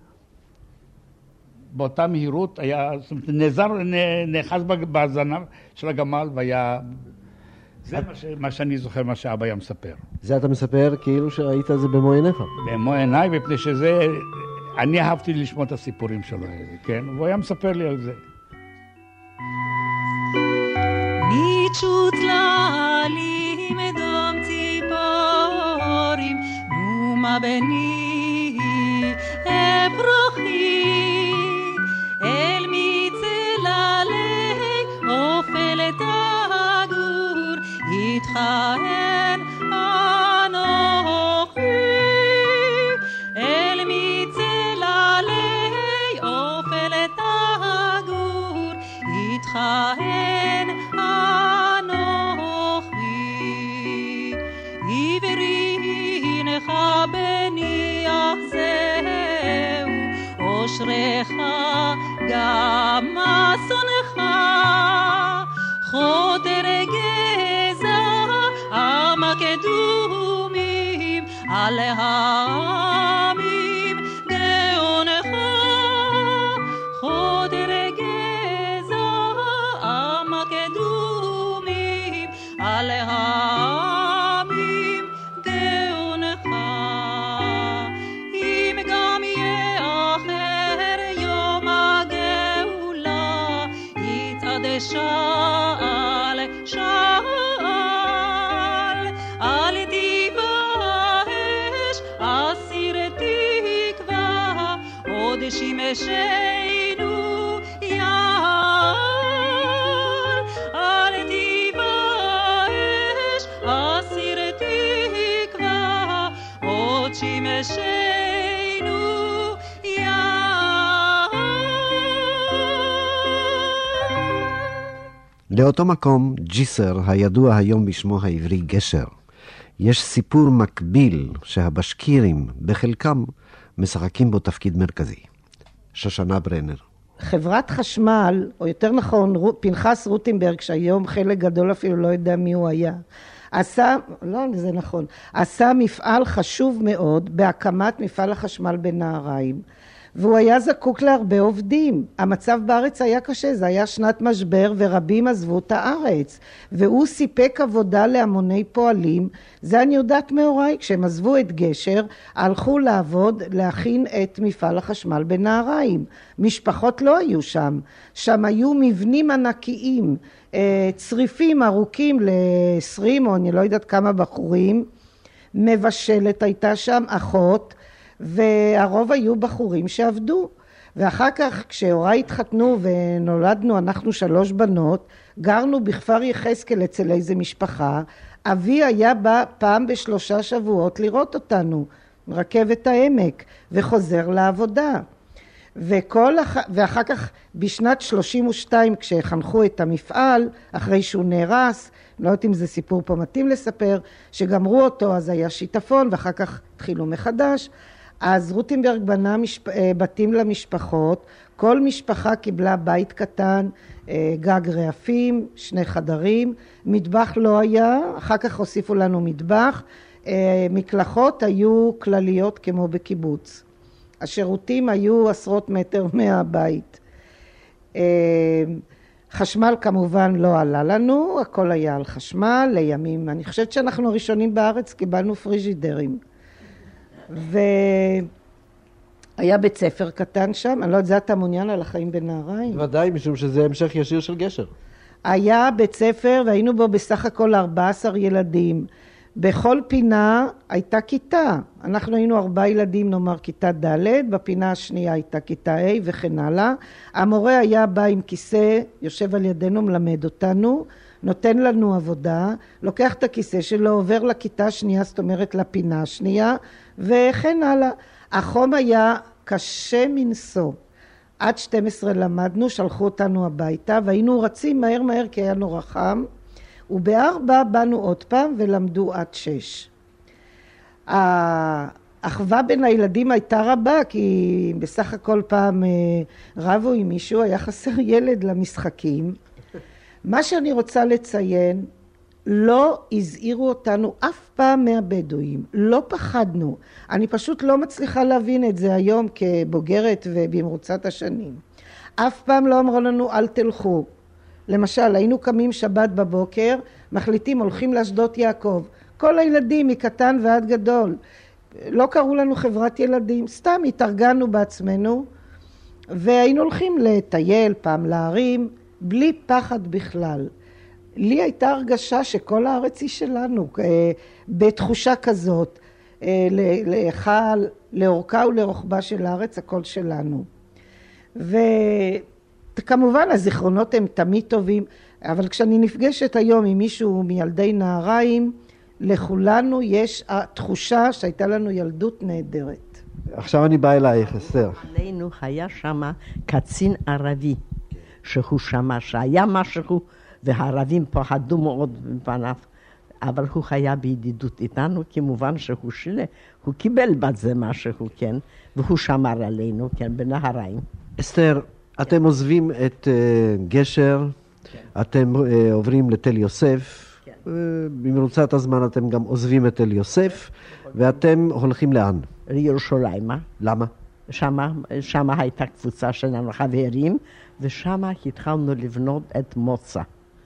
באותה מהירות היה, זאת אומרת, נעזר, נאחז בזנב של הגמל, והיה, זה מה, ש, מה שאני זוכר, מה שאבא היה מספר. זה אתה מספר כאילו שראית את זה במו עיניך. במו עיניי, מפני שזה, אני אהבתי לשמוע את הסיפורים שלו, כן? והוא היה מספר לי על זה. ניצ'וץ לעלים אדום ציפורים, נומה בני אפרוחי, אל מצללי אופלת הגור, יתחן אנוכי. אל מצללי אופלת הגור, יתחן אנוכי. עברי נך בניח זהו, אושרך גם אסונך, חודר גזע עם הקדומים, על העמים גאונך. חודר גזע עם הקדומים, על העמים גאונך. אם גם יאחר יום הגאולה, יצעד שעל שעל, אל תיבהש אסיר תקווה, עוד שימשנו יעל. אל תיבהש אסיר תקווה, עוד שימשנו יעל. לאותו מקום, ג'יסר, הידוע היום בשמו העברי גשר, יש סיפור מקביל שהבשקירים, בחלקם, משחקים בו תפקיד מרכזי. שושנה ברנר. חברת חשמל, או יותר נכון, פנחס רוטנברג, שהיום חלק גדול אפילו לא יודע מי הוא היה, עשה, לא, זה נכון, עשה מפעל חשוב מאוד בהקמת מפעל החשמל בנהריים, והוא היה זקוק להרבה עובדים. המצב בארץ היה קשה, זה היה שנת משבר ורבים עזבו את הארץ, והוא סיפק עבודה להמוני פועלים. זה אני יודעת מהוריי, כשהם עזבו את גשר, הלכו לעבוד, להכין את מפעל החשמל בנהריים. משפחות לא היו שם, שם היו מבנים ענקיים, צריפים ארוכים ל-עשרים או אני לא יודעת כמה בחורים, מבשלת הייתה שם, אחות, והרוב היו בחורים שעבדו. ואחר כך כשהוריי התחתנו ונולדנו אנחנו שלוש בנות, גרנו בכפר יחזקאל אצל איזה משפחה. אבי היה בא פעם בשלושה שבועות לראות אותנו, רכבת העמק, וחוזר לעבודה. וכל אח... ואחר כך בשנת שלושים ושתיים כשחנכו את המפעל, אחרי שהוא נהרס, לא יודעת אם זה סיפור פה מתאים לספר, שגמרו אותו אז היה שיטפון ואחר כך התחילו מחדש. אז רוטנברג בנה משפ... בתים למשפחות, כל משפחה קיבלה בית קטן, גג רעפים, שני חדרים, מטבח לא היה, אחר כך הוסיפו לנו מטבח, מקלחות היו כלליות כמו בקיבוץ. השירותים היו עשרות מטר מהבית. חשמל כמובן לא עלה לנו, הכל היה על חשמל, לימים, אני חושבת שאנחנו הראשונים בארץ קיבלנו פריג'ידרים. היה בית ספר קטן שם, אני לא יודעת, זה אתה מעוניין על החיים בנהריים? ודאי, משום שזה המשך ישיר של גשר. היה בית ספר והיינו בו בסך הכל ארבעה עשר ילדים. בכל פינה הייתה כיתה. אנחנו היינו ארבעה ילדים, נאמר כיתה ד', בפינה השנייה הייתה כיתה A וכן הלאה. המורה היה בא עם כיסא, יושב על ידינו, מלמד אותנו, נותן לנו עבודה, לוקח את הכיסא שלו, עובר לכיתה השנייה, זאת אומרת לפינה השנייה, וכן הלאה. החום היה קשה מנשוא. עד שתים עשרה למדנו, שלחו אותנו הביתה, והיינו רצים מהר מהר כי היה נורא חם, ובארבע באנו עוד פעם ולמדו עד שש. האחווה בין הילדים הייתה רבה, כי בסך הכל פעם רבו עם מישהו, היה חסר ילד למשחקים. מה שאני רוצה לציין, לא הזהירו אותנו אף פעם מהבדואים, לא פחדנו. אני פשוט לא מצליחה להבין את זה היום כבוגרת ובמרוצת השנים. אף פעם לא אמרו לנו אל תלכו. למשל, היינו קמים שבת בבוקר, מחליטים הולכים לאשדות יעקב. כל הילדים מקטן ועד גדול. לא קראו לנו חברת ילדים, סתם התארגנו בעצמנו, והיינו הולכים לטייל פעם להרים, בלי פחד בכלל. לי הייתה הרגשה שכל הארץ היא שלנו, בתחושה כזאת, להיכל, לאורכה ולרוחבה של הארץ, הכל שלנו. וכמובן הזיכרונות הם תמיד טובים, אבל כשאני נפגשת היום עם מישהו מילדי נהריים, לכולנו יש התחושה שהייתה לנו ילדות נהדרת. עכשיו אני בא אלייך, אסתר. עלינו היה שם קצין ערבי, שהוא שמע שהיה משהו, והערבים פחדו מאוד מפניו, אבל הוא היה בידידות איתנו, כמובן שהוא שלה, הוא קיבל בזה משהו, כן, והוא שמר עלינו, כן, בנהריים. אסתר, אתם עוזבים את uh, גשר, כן. אתם uh, עוברים לתל יוסף, כן. uh, במרוצת הזמן אתם גם עוזבים את תל יוסף, ואתם הולכים לאן? לירושלים. למה? שמה, שמה הייתה קבוצה שלנו חברים, ושמה התחלנו לבנות את מוצא.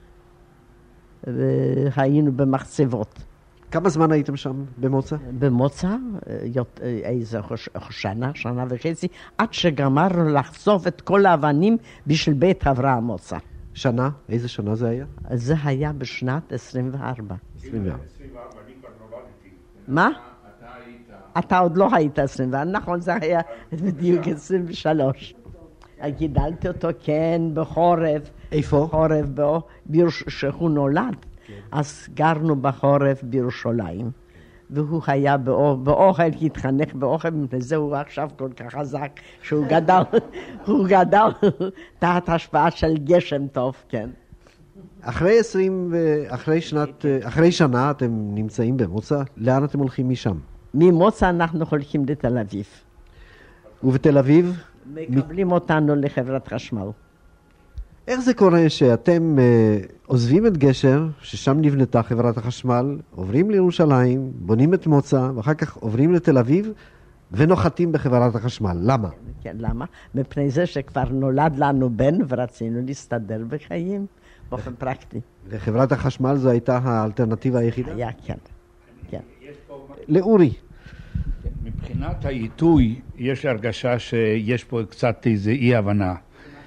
והיינו במחצבות. כמה זמן הייתם שם במוצא? במוצא, איזה שנה, שנה וחצי, עד שגמרנו לחשוף את כל האבנים בשביל בית אברהם מוצא. שנה? איזה שנה זה היה? זה היה בשנת עשרים וארבע. עשרים וארבע. אני כבר נולדתי. מה? אתה היית... אתה עוד לא היית עשרים וארבע, נכון, זה היה בדיוק עשרים ושלוש. גידלתי אותו, כן, בחורף. איפה? בחורף, בו, בירוש... שהוא נולד. כן. אז גרנו בחורף בירושלים. כן. והוא היה באו... באוכל, התחנך באוכל, וזה הוא עכשיו כל כך חזק, שהוא גדל, הוא גדל תחת השפעה של גשם טוב, כן. אחרי עשרים, אחרי שנת, אחרי שנה אתם נמצאים במוצא, לאן אתם הולכים משם? ממוצא אנחנו הולכים לתל אביב. ובתל אביב? מקבלים אותנו לחברת חשמל. איך זה קורה שאתם uh, עוזבים את גשר, ששם נבנתה חברת החשמל, עוברים לירושלים, בונים את מוצא, ואחר כך עוברים לתל אביב, ונוחתים בחברת החשמל? למה? כן, למה? מפני זה שכבר נולד לנו בן, ורצינו להסתדר בחיים, באופן פרקטי. וחברת החשמל זו הייתה האלטרנטיבה היחידה? היה, כן. כן. לאורי. מבחינת העיתוי, יש לי הרגשה שיש פה קצת איזו אי הבנה.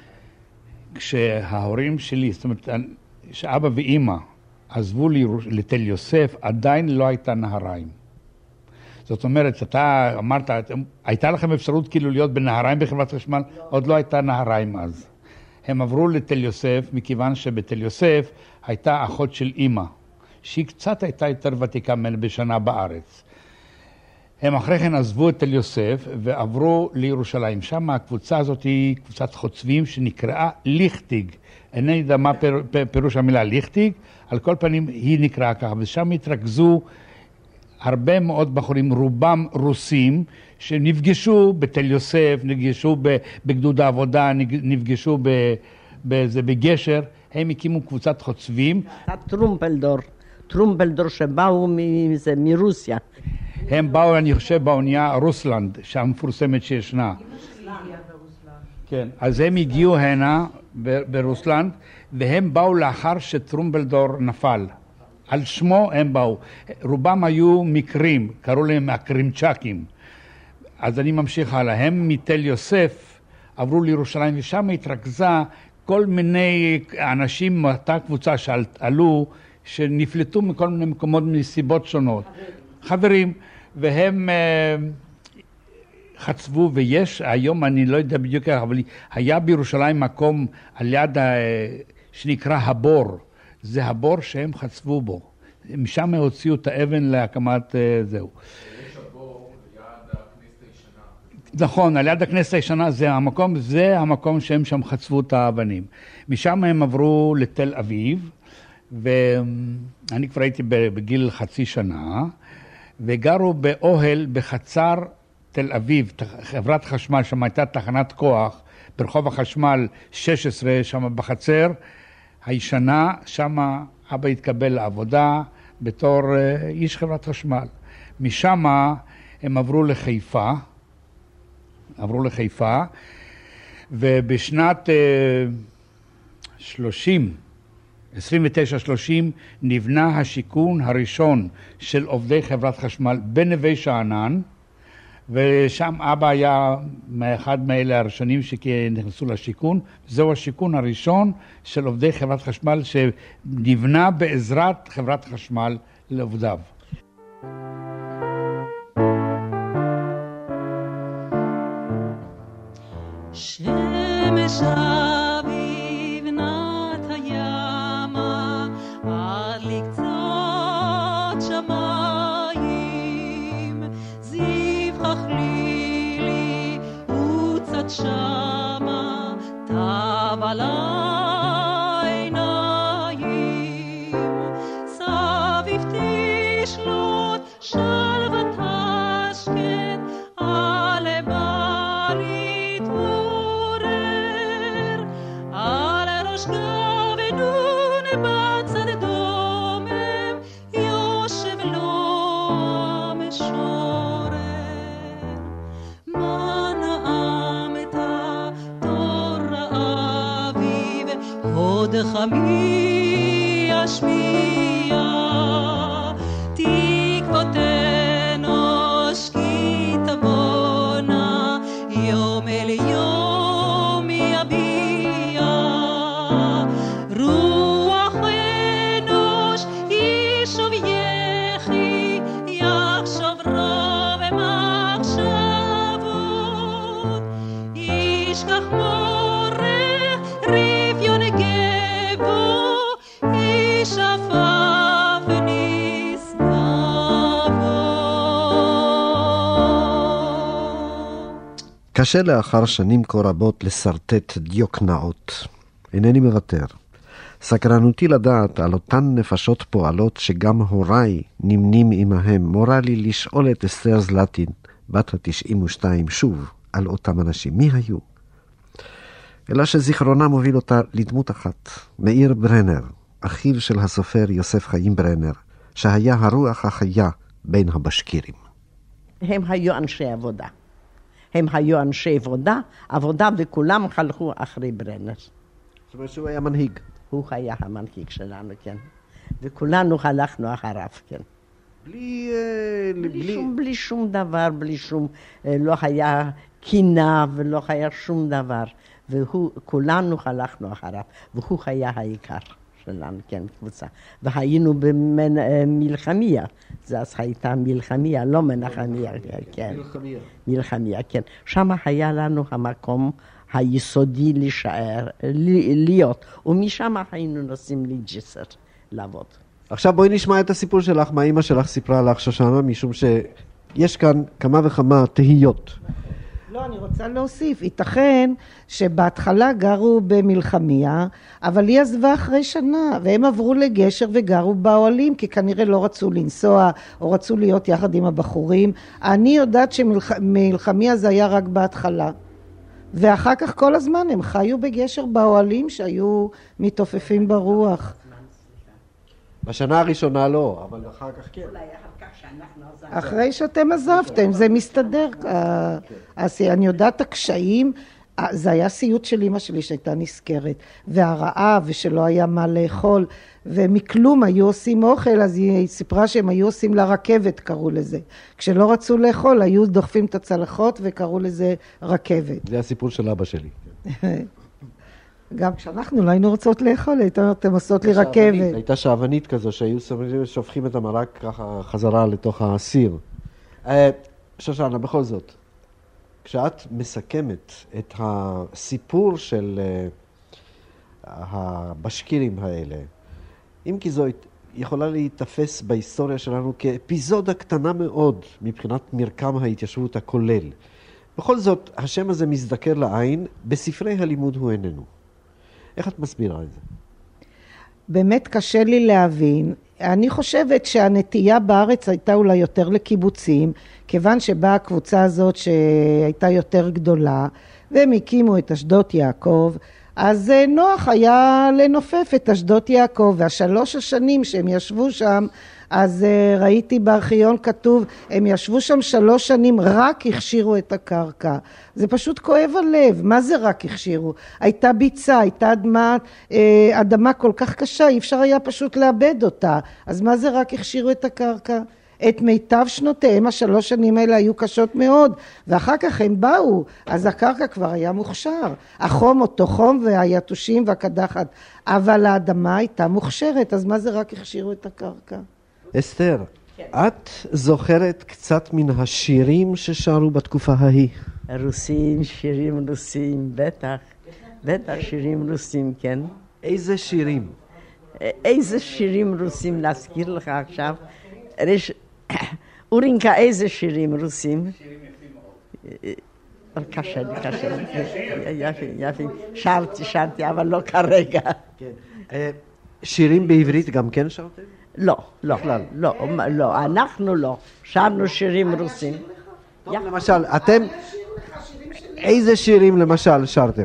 כשההורים שלי, זאת אומרת, שאבא ואמא עזבו לי לתל יוסף, עדיין לא הייתה נהריים. זאת אומרת, אתה אמרת, הייתה לכם אפשרות כאילו להיות בנהריים בחברת חשמל? לא. עוד לא הייתה נהריים אז. הם עברו לתל יוסף, מכיוון שבתל יוסף הייתה אחות של אמא, שהיא קצת הייתה יותר ותיקה ממנה בשנה בארץ. הם אחרי כן עזבו את תל יוסף ועברו לירושלים. שם הקבוצה הזאת היא קבוצת חוצבים שנקראה ליכטיג. אינני יודע מה פיר, פירוש המילה ליכטיג, על כל פנים היא נקראה ככה. ושם התרכזו הרבה מאוד בחורים, רובם רוסים, שנפגשו בתל יוסף, נפגשו בגדוד העבודה, נפגשו בזה, בגשר. הם הקימו קבוצת חוצבים. טרומפלדור, טרומפלדור שבאו מזה, מרוסיה. הם באו, אני חושב, באונייה רוסלנד, שהמפורסמת שישנה. כן, אז הם הגיעו הנה ברוסלנד, והם באו לאחר שטרומפלדור נפל. על שמו הם באו. רובם היו מקרים, קראו להם הקרימצ'קים. אז אני ממשיך הלאה. הם מתל יוסף עברו לירושלים, ושם התרכזה כל מיני אנשים מאותה קבוצה שעלו, שנפלטו מכל מיני מקומות מסיבות שונות. חברים. והם חצבו, ויש היום, אני לא יודע בדיוק, אבל היה בירושלים מקום על יד שנקרא הבור. זה הבור שהם חצבו בו. משם הוציאו את האבן להקמת זהו. יש הבור ליד הכנסת הישנה. נכון, על יד הכנסת הישנה זה המקום, זה המקום שהם שם חצבו את האבנים. משם הם עברו לתל אביב, ואני כבר הייתי בגיל חצי שנה, וגרו באוהל בחצר תל אביב, חברת חשמל, שם הייתה תחנת כוח, ברחוב החשמל שש עשרה, שם בחצר הישנה, שם אבא התקבל לעבודה בתור איש חברת חשמל. משם הם עברו לחיפה, עברו לחיפה, ובשנת שלושים, עשרים ותשע שלושים, נבנה השיכון הראשון של עובדי חברת חשמל בנווה שאנן, ושם אבא היה מאחד מאלה הראשונים שנכנסו לשיכון. זהו השיכון הראשון של עובדי חברת חשמל שנבנה בעזרת חברת חשמל לעובדיו. שמש אביב נת הימה עד לקצות שמיים, זיו חכלילי וצד שמה טב על העיניים, סביב תשלוט שלוות השקט על בית מתעורר, על ראש גבנון בצד דומם יושב לו המשורר. מה נעמת תור האביב, הודך מי ישמיע, תקוותנו שקית בונה, יום אל יום יביע. רוח אנוש ישוב יחי, יחשוב רוב מחשבות, ישכח מורך רפיון גבו, ישפף נשגבות. קשה לאחר שנים כה רבות לסרטט דיוק נאות. אינני מוותר. סקרנותי לדעת על אותן נפשות פועלות שגם הוריי נמנים עמהם, מורה לי לשאול את אסתר זלטין, בת ה-תשעים ושתיים, שוב על אותם אנשים. מי היו? אלא שזיכרונה מוביל אותה לדמות אחת, מאיר ברנר, אחיו של הסופר יוסף חיים ברנר, שהיה הרוח החיה בין הבשקירים. הם היו אנשי עבודה. הם היו אנשי עבודה, עבודה וכולם הלכו אחרי ברנר. זאת אומרת שהוא היה מנהיג. הוא היה המנהיג שלנו, כן. וכולנו הלכנו אחריו, כן. בלי... אה, בלי, בלי... שום, בלי שום דבר, בלי שום... אה, לא היה קינה ולא היה שום דבר. וכולנו הלכנו אחריו, והוא היה העיקר שלנו, כן, קבוצה. והיינו במלחמיה, זה אז הייתה מלחמיה, לא מנחמיה, כן. מלחמיה. מלחמיה, כן. שם היה לנו המקום היסודי להישאר, להיות, ומשם היינו נוסעים לג'סר לעבוד. עכשיו בואי נשמע את הסיפור שלך, מה אמא שלך סיפרה לך, שושנה, משום שיש כאן כמה וכמה תהיות. לא, אני רוצה להוסיף. ייתכן שבהתחלה גרו במלחמיה, אבל היא עזבה אחרי שנה, והם עברו לגשר וגרו באוהלים, כי כנראה לא רצו לנסוע, או רצו להיות יחד עם הבחורים. אני יודעת שמלחמיה זה היה רק בהתחלה. ואחר כך כל הזמן הם חיו בגשר באוהלים שהיו מתעופפים ברוח. בשנה הראשונה לא, אבל אחר כך כן. אחרי שאתם עזבתם, זה מסתדר. אז אני יודעת הקשיים, זה היה סיוט של אמא שלי שהייתה נזכרת, והרעב ושלא היה מה לאכול, ומכלום היו עושים אוכל, אז היא סיפרה שהם היו עושים לה רכבת, קראו לזה. כשלא רצו לאכול, היו דוחפים את הצלחות וקראו לזה רכבת. זה הסיפור של אבא שלי. גם כשאנחנו לא היינו רוצות לאכול, אתם עושות לי רכבת. הייתה שעוונית כזו, שהיו שופכים את המרק ככה חזרה לתוך הסיר. שושנה, בכל זאת, כשאת מסכמת את הסיפור של הבשקירים האלה, אם כי זו יכולה להתאפס בהיסטוריה שלנו כאפיזודה קטנה מאוד מבחינת מרקם ההתיישבות הכולל. בכל זאת, השם הזה מזדקר לעין, בספרי הלימוד הוא איננו. איך את מסבירה את זה? באמת קשה לי להבין. אני חושבת שהנטייה בארץ הייתה אולי יותר לקיבוצים, כיוון שבאה הקבוצה הזאת שהייתה יותר גדולה, והם הקימו את אשדות יעקב, אז נוח היה לנופף את אשדות יעקב, והשלוש השנים שהם ישבו שם, אז ראיתי בארכיון כתוב, הם ישבו שם שלוש שנים, רק הכשירו את הקרקע. זה פשוט כואב הלב, מה זה רק הכשירו? הייתה ביצה, הייתה אדמה, אדמה כל כך קשה, אי אפשר היה פשוט לאבד אותה. אז מה זה רק הכשירו את הקרקע? את מיטב שנותיהם, השלוש שנים האלה היו קשות מאוד, ואחר כך הם באו, אז הקרקע כבר היה מוכשר. החום אותו חום והיתושים והקדחת, אבל האדמה הייתה מוכשרת, אז מה זה רק הכשירו את הקרקע? אסתר, את זוכרת קצת מן השירים ששרו בתקופה ההיא? רוסים, שירים רוסים, בטח, בטח שירים רוסים, כן. איזה שירים? איזה שירים רוסים להזכיר לך עכשיו? רש... אורינקה, איזה שירים רוסים? שירים יפים מאוד. קשה לי, קשה לי. יפים, יפים. שרתי, שרתי, אבל לא כרגע. שירים בעברית גם כן שרתם? לא, לא, לא, לא, אנחנו לא. שרנו שירים רוסים. למשל, אתם... איזה שירים למשל שרתם?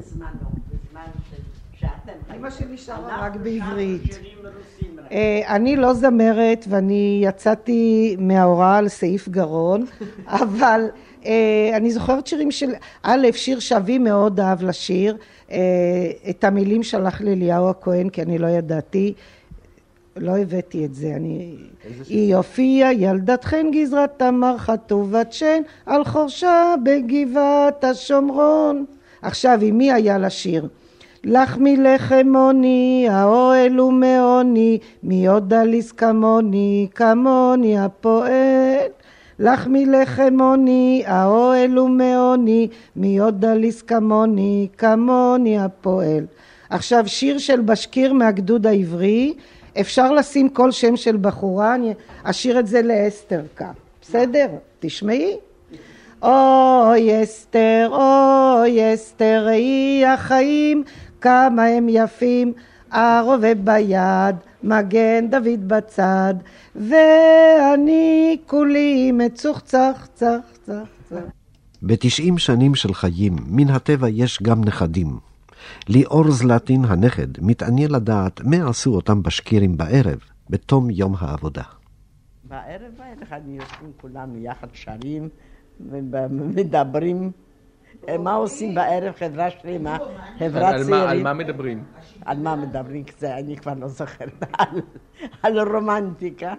אמא שלי שרה רק בעברית. אני לא זמרת ואני יצאתי מההוראה על סעיף גרון, אבל אני זוכרת שירים של... א', שיר שאבי מאוד אהב לשיר, את המילים שלח לאליהו הכהן, כי אני לא ידעתי, לא הבאתי את זה, אני... היא הופיעה ילדת חן גזרת תמר חטובת שן, על חורשה בגבעת השומרון. עכשיו, עם מי היה לשיר? לחמי לחם עוני, האוהל הוא מעוני, מי עוד דליס כמוני, כמוני הפועל. לחמי לחם עוני, האוהל הוא מעוני, מי עוד דליס כמוני, כמוני הפועל. עכשיו שיר של בשקיר מהגדוד העברי, אפשר לשים כל שם של בחורה, אני אשאיר את זה לאסתר כאן, בסדר? תשמעי. אוי אסתר, אוי אסתר, ראי החיים, כמה הם יפים, הרובה ביד, מגן דוד בצד, ואני כולי מצוחצח, צח, צח, צח. בתשעים שנים של חיים, מן הטבע יש גם נכדים. ליאור זלטין הנכד מתעניין לדעת מה עשו אותם בשקירים בערב, בתום יום העבודה. בערב, בערב, אני יושבים כולנו יחד שרים ומדברים. מה עושים בערב? חברה שלמה, חברה צעירים. על מה מדברים? על מה מדברים? אני כבר לא זוכרת. על רומנטיקה.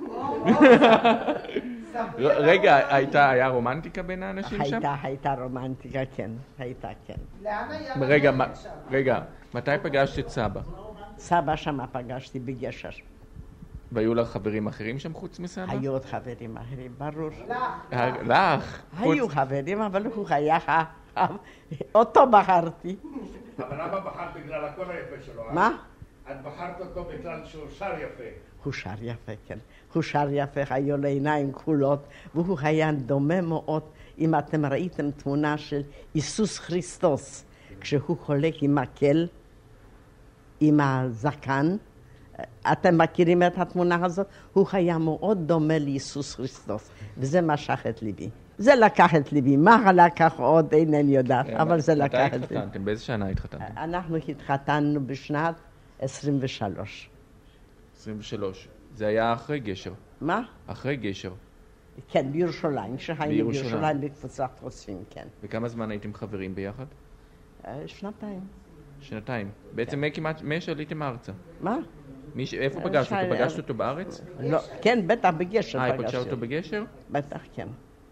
רגע, היה רומנטיקה בין האנשים שם? הייתה, הייתה רומנטיקה, כן. הייתה, כן. לאן היה? רגע, רגע, מתי פגשת את סבא? סבא שמה פגשתי בגשר. והיו לך חברים אחרים שם חוץ מסבא? היו עוד חברים אחרים, ברור. לך? היו חברים, אבל הוא היה... אותו בחרתי. אבל למה בחרת בגלל הקול היפה שלו? מה? את בחרת אותו בגלל שהוא שר יפה. הוא שר יפה, כן. הוא שר יפה, היו לו עיניים כחולות, והוא היה דומה מאוד, אם אתם ראיתם תמונה של איסוס כריסטוס, כשהוא חולק עם מקל, עם הזקן, אתם מכירים את התמונה הזאת? הוא היה מאוד דומה לאיסוס כריסטוס, וזה משך את ליבי. זה לקח את ליבי. מה לקח עוד? אינני יודעת, אבל זה לקח את ליבי. מתי התחתנתם? באיזה שנה התחתנתם? אנחנו התחתנו בשנת עשרים ושלוש. עשרים ושלוש. זה היה אחרי גשר. מה? אחרי גשר. כן, בירושלים. כשהיינו בירושלים בקבוצת חושפים, כן. וכמה זמן הייתם חברים ביחד? שנתיים. שנתיים. בעצם מי כמעט, מי שעליתם ארצה? מה? מי ש... איפה פגשת אותו? פגשת אותו בארץ? לא, כן, בטח בגשר אה, היא פגשתי. פגשה אותו בגשר? בטח, כן.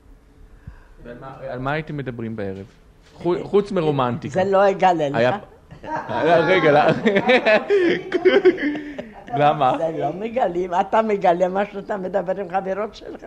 על מה הייתם מדברים בערב? חוץ מרומנטיקה. זה לא אגלה לך. רגע, למה? זה לא מגלים, אתה מגלה מה שאתה מדבר עם חברות שלך.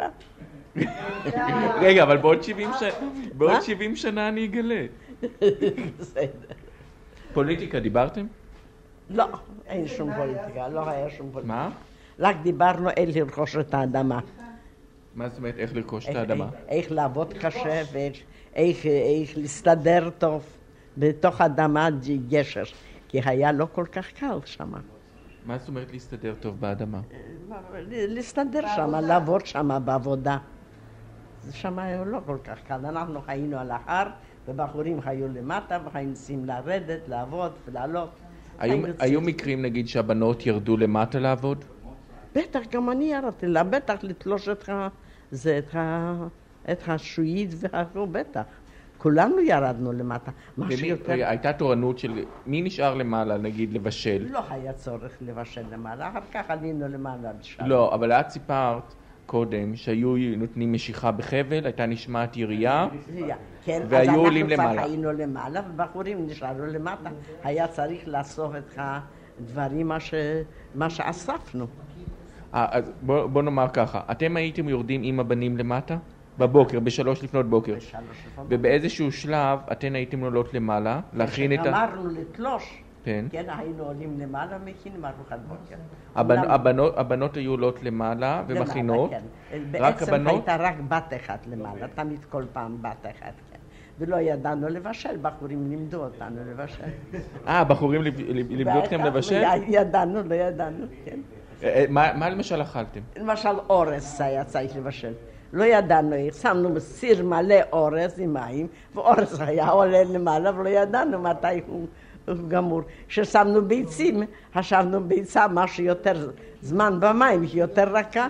רגע, אבל בעוד שבעים שנה אני אגלה. בסדר. פוליטיקה, דיברתם? לא, אין שום פוליטיקה, לא היה שום פוליטיקה. מה? רק דיברנו איך לרכוש את האדמה. מה זאת אומרת, איך לרכוש את האדמה? איך לעבוד קשה ואיך להסתדר טוב בתוך אדמה גשר, כי היה לא כל כך קל שם. מה זאת אומרת להסתדר טוב באדמה? להסתדר שם, לעבוד שם בעבודה. שם היה לא כל כך קל. אנחנו חיינו על ההר, ובחורים חיו למטה, וחיינו ניסים לרדת, לעבוד ולעלות. היו מקרים, נגיד, שהבנות ירדו למטה לעבוד? בטח, גם אני ירדתי לה, בטח לתלוש את זה, את השועית והכל, בטח. כולנו ירדנו למטה. הייתה תורנות של מי נשאר למעלה, נגיד, לבשל? לא היה צורך לבשל למעלה, אחר כך עלינו למעלה. לא, אבל את סיפרת קודם שהיו נותנים משיכה בחבל, הייתה נשמעת ירייה, והיו עולים למעלה. אז אנחנו היינו למעלה, ובחורים נשארו למטה. היה צריך לאסוף את הדברים, מה שאספנו. אז בוא נאמר ככה, אתם הייתם יורדים עם הבנים למטה? בבוקר, בשלוש לפנות בוקר. ובאיזשהו שלב אתן הייתם עולות למעלה, להכין את ה... אמרנו לתלוש. כן, היינו עולים למעלה, מכינים ארוחת בוקר. הבנות היו עולות למעלה ומכינות? בעצם הייתה רק בת אחת למעלה, תמיד כל פעם בת אחת, כן. ולא ידענו לבשל, בחורים לימדו אותנו לבשל. אה, בחורים לימדו אתכם לבשל? ידענו, לא ידענו, כן. מה למשל אכלתם? למשל אורס היה צריך לבשל. לא ידענו, שמנו סיר מלא אורס עם מים, ואורס היה עולה למעלה, ולא ידענו מתי הוא גמור. כששמנו ביצים, חשבנו ביצה משהו יותר זמן במים, היא יותר רכה.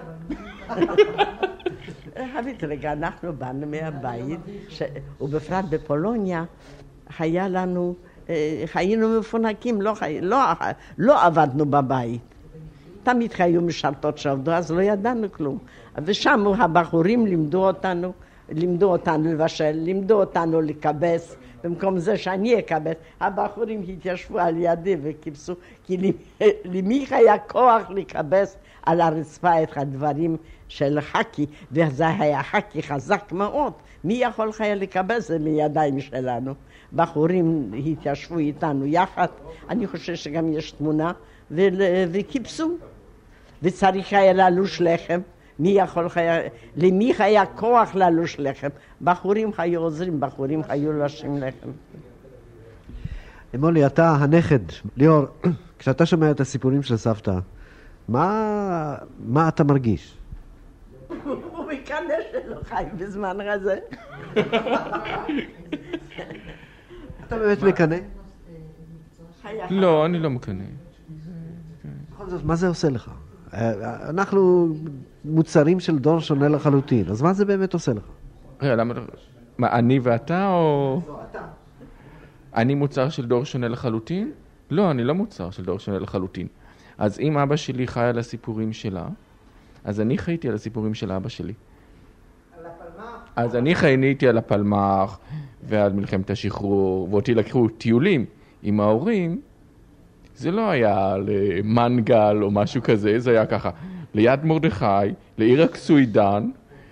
חבית רגע, אנחנו באנו מהבית, ובפרט בפולוניה, היה לנו, היינו מפונקים, לא עבדנו בבית. תמיד היו משרתות שעבדו, אז לא ידענו כלום. ושם הבחורים לימדו אותנו, לימדו אותנו לבשל, לימדו אותנו לקבס. במקום זה שאני אקבס, הבחורים התיישבו על ידי וקיבסו, כי למי היה כוח לקבס על הרצפה את הדברים של חכי, וזה היה חכי חזק מאוד. מי יכול היה לקבס זה מידיים שלנו? בחורים התיישבו איתנו יחד, אני חושב שגם יש תמונה, וקיבסו. וצריך היה ללוש לחם, מי יכול היה, למי היה כוח ללוש לחם? בחורים היו עוזרים, בחורים היו לשים לחם. אמולי, אתה הנכד, ליאור, כשאתה שומע את הסיפורים של סבתא, מה, מה אתה מרגיש? הוא מקנא שלא חי בזמן הזה. אתה באמת מקנא? לא, אני לא מקנא. בכל זאת, מה זה עושה לך? אנחנו מוצרים של דור שונה לחלוטין, אז מה זה באמת עושה לך? רגע, למה... מה, אני ואתה או... לא, אתה. אני מוצר של דור שונה לחלוטין? לא, אני לא מוצר של דור שונה לחלוטין. אז אם אבא שלי חי על הסיפורים שלה, אז אני חייתי על הסיפורים של אבא שלי. על הפלמ"ח? אז אני חייתי על הפלמ"ח ועל מלחמת השחרור, ואותי לקחו טיולים עם ההורים, זה לא היה למנגל או משהו כזה, זה היה ככה, ליד מרדכי, לעיר הקסוידן,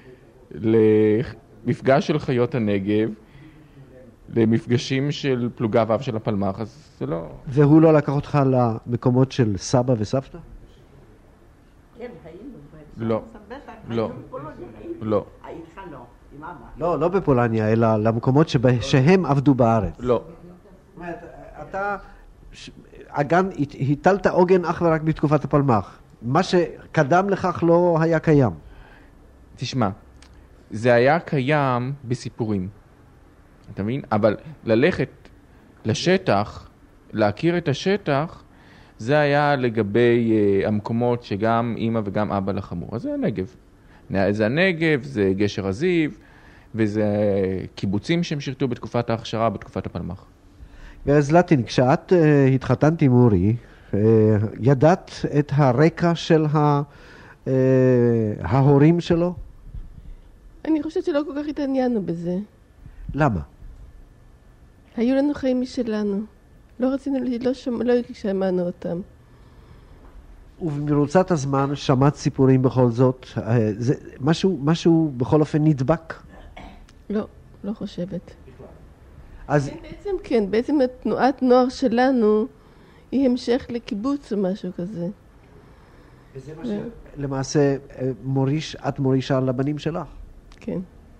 למפגש של חיות הנגב, למפגשים של פלוגה ואב של הפלמ"ח, אז זה לא... והוא לא לקח אותך למקומות של סבא וסבתא? כן, היינו. לא. לא. לא. איתך לא, עם אבא. לא, לא בפולניה, אלא למקומות שהם עבדו בארץ. לא. אתה... אגן, הטלת עוגן אך ורק בתקופת הפלמ"ח. מה שקדם לכך לא היה קיים. תשמע, זה היה קיים בסיפורים. אתה מבין? אבל ללכת לשטח, להכיר את השטח, זה היה לגבי uh, המקומות שגם אמא וגם אבא לחמו. אז זה הנגב. זה הנגב, זה גשר הזיו, וזה קיבוצים שהם שירתו בתקופת ההכשרה, בתקופת הפלמ"ח. וזלטין, כשאת uh, התחתנת עם אורי, uh, ידעת את הרקע של ה, uh, ההורים שלו? אני חושבת שלא כל כך התעניינו בזה. למה? היו לנו חיים משלנו. לא רצינו, לא, שמ, לא שמענו אותם. ובמרוצת הזמן שמעת סיפורים בכל זאת? Uh, זה משהו, משהו בכל אופן נדבק? לא, לא חושבת. אז... בעצם כן, בעצם התנועת נוער שלנו היא המשך לקיבוץ או משהו כזה. וזה מה שלמעשה מוריש, את מורישה על הבנים שלך. כן.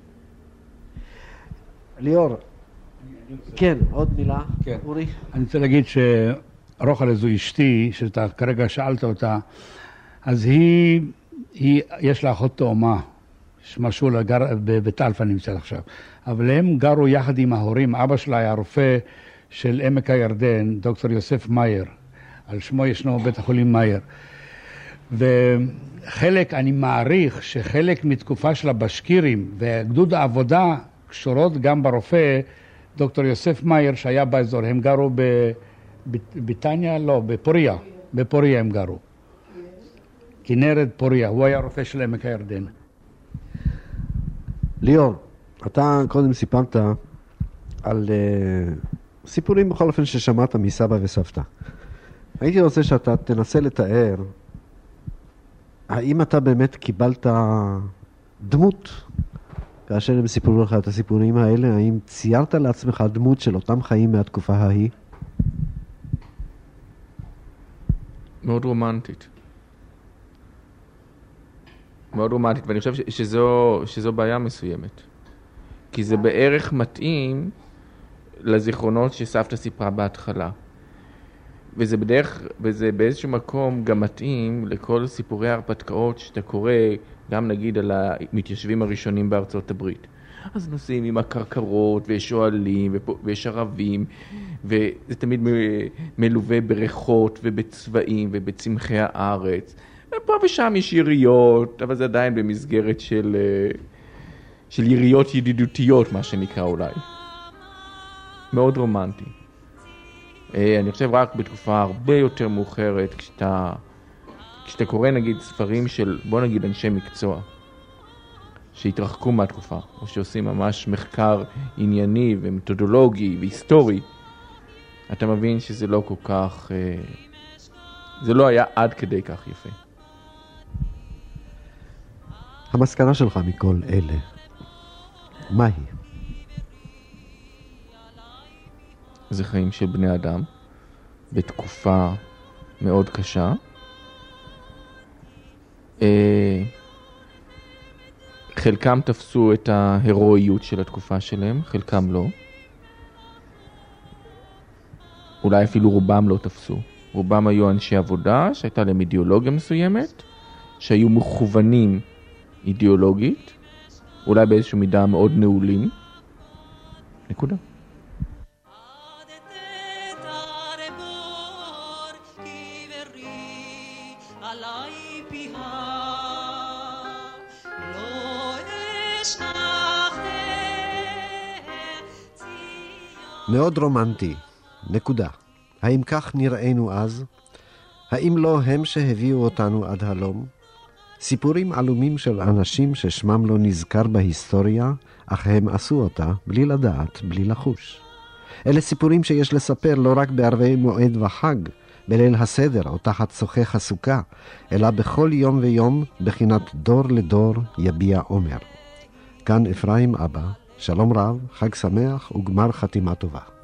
ליאור, כן, עוד מילה, כן. אורי. אני רוצה להגיד שרוחלה זו אשתי, שאתה כרגע שאלת אותה, אז היא, היא יש לה אחות תאומה, שמה שולה, גר בבית אלפא נמצאת עכשיו. אבל הם גרו יחד עם ההורים, אבא שלה היה רופא של עמק הירדן, דוקטור יוסף מאייר, על שמו ישנו בית החולים מאייר. וחלק, אני מעריך שחלק מתקופה של הבשקירים וגדוד העבודה קשורות גם ברופא, דוקטור יוסף מאייר שהיה באזור, הם גרו בביטניה, לא, בפוריה, בפוריה הם גרו. כנרת פוריה, הוא היה רופא של עמק הירדן. ליאור, אתה קודם סיפרת על uh, סיפורים בכל אופן ששמעת מסבא וסבתא. הייתי רוצה שאתה תנסה לתאר האם אתה באמת קיבלת דמות כאשר הם סיפרו לך את הסיפורים האלה, האם ציירת לעצמך דמות של אותם חיים מהתקופה ההיא? מאוד רומנטית. מאוד רומנטית, ואני חושב שזו, שזו בעיה מסוימת. כי זה בערך מתאים לזיכרונות שסבתא סיפרה בהתחלה. וזה בדרך, וזה באיזשהו מקום גם מתאים לכל סיפורי ההרפתקאות שאתה קורא, גם נגיד על המתיישבים הראשונים בארצות הברית. אז נוסעים עם הקרקרות ויש שואלים ויש ערבים, וזה תמיד מלווה בריחות ובצבעים ובצמחי הארץ. ופה ושם יש יריות, אבל זה עדיין במסגרת של, של יריות ידידותיות, מה שנקרא אולי. מאוד רומנטי. אני חושב רק בתקופה הרבה יותר מאוחרת, כשאתה, כשאתה קורא נגיד ספרים של, בוא נגיד אנשי מקצוע, שהתרחקו מהתקופה, או שעושים ממש מחקר ענייני ומתודולוגי והיסטורי, אתה מבין שזה לא כל כך, זה לא היה עד כדי כך יפה. המסקנה שלך מכל אלה, מה היא? זה חיים של בני אדם, בתקופה מאוד קשה. חלקם תפסו את ההירואיות של התקופה שלהם, חלקם לא. אולי אפילו רובם לא תפסו. רובם היו אנשי עבודה, שהייתה להם אידיאולוגיה מסוימת, שהיו מכוונים אידיאולוגית, אולי באיזשהו מידה מאוד נעולים. נקודה. מאוד רומנטי, נקודה. האם כך נראינו אז? האם לא הם שהביאו אותנו עד הלום? סיפורים עלומים של אנשים ששמם לא נזכר בהיסטוריה, אך הם עשו אותה בלי לדעת, בלי לחוש. אלה סיפורים שיש לספר לא רק בערבי מועד וחג, בליל הסדר או תחת צוחך הסוכה, אלא בכל יום ויום בחינת דור לדור יביע עומר. כאן אפרים אבא, שלום רב, חג שמח וגמר חתימה טובה.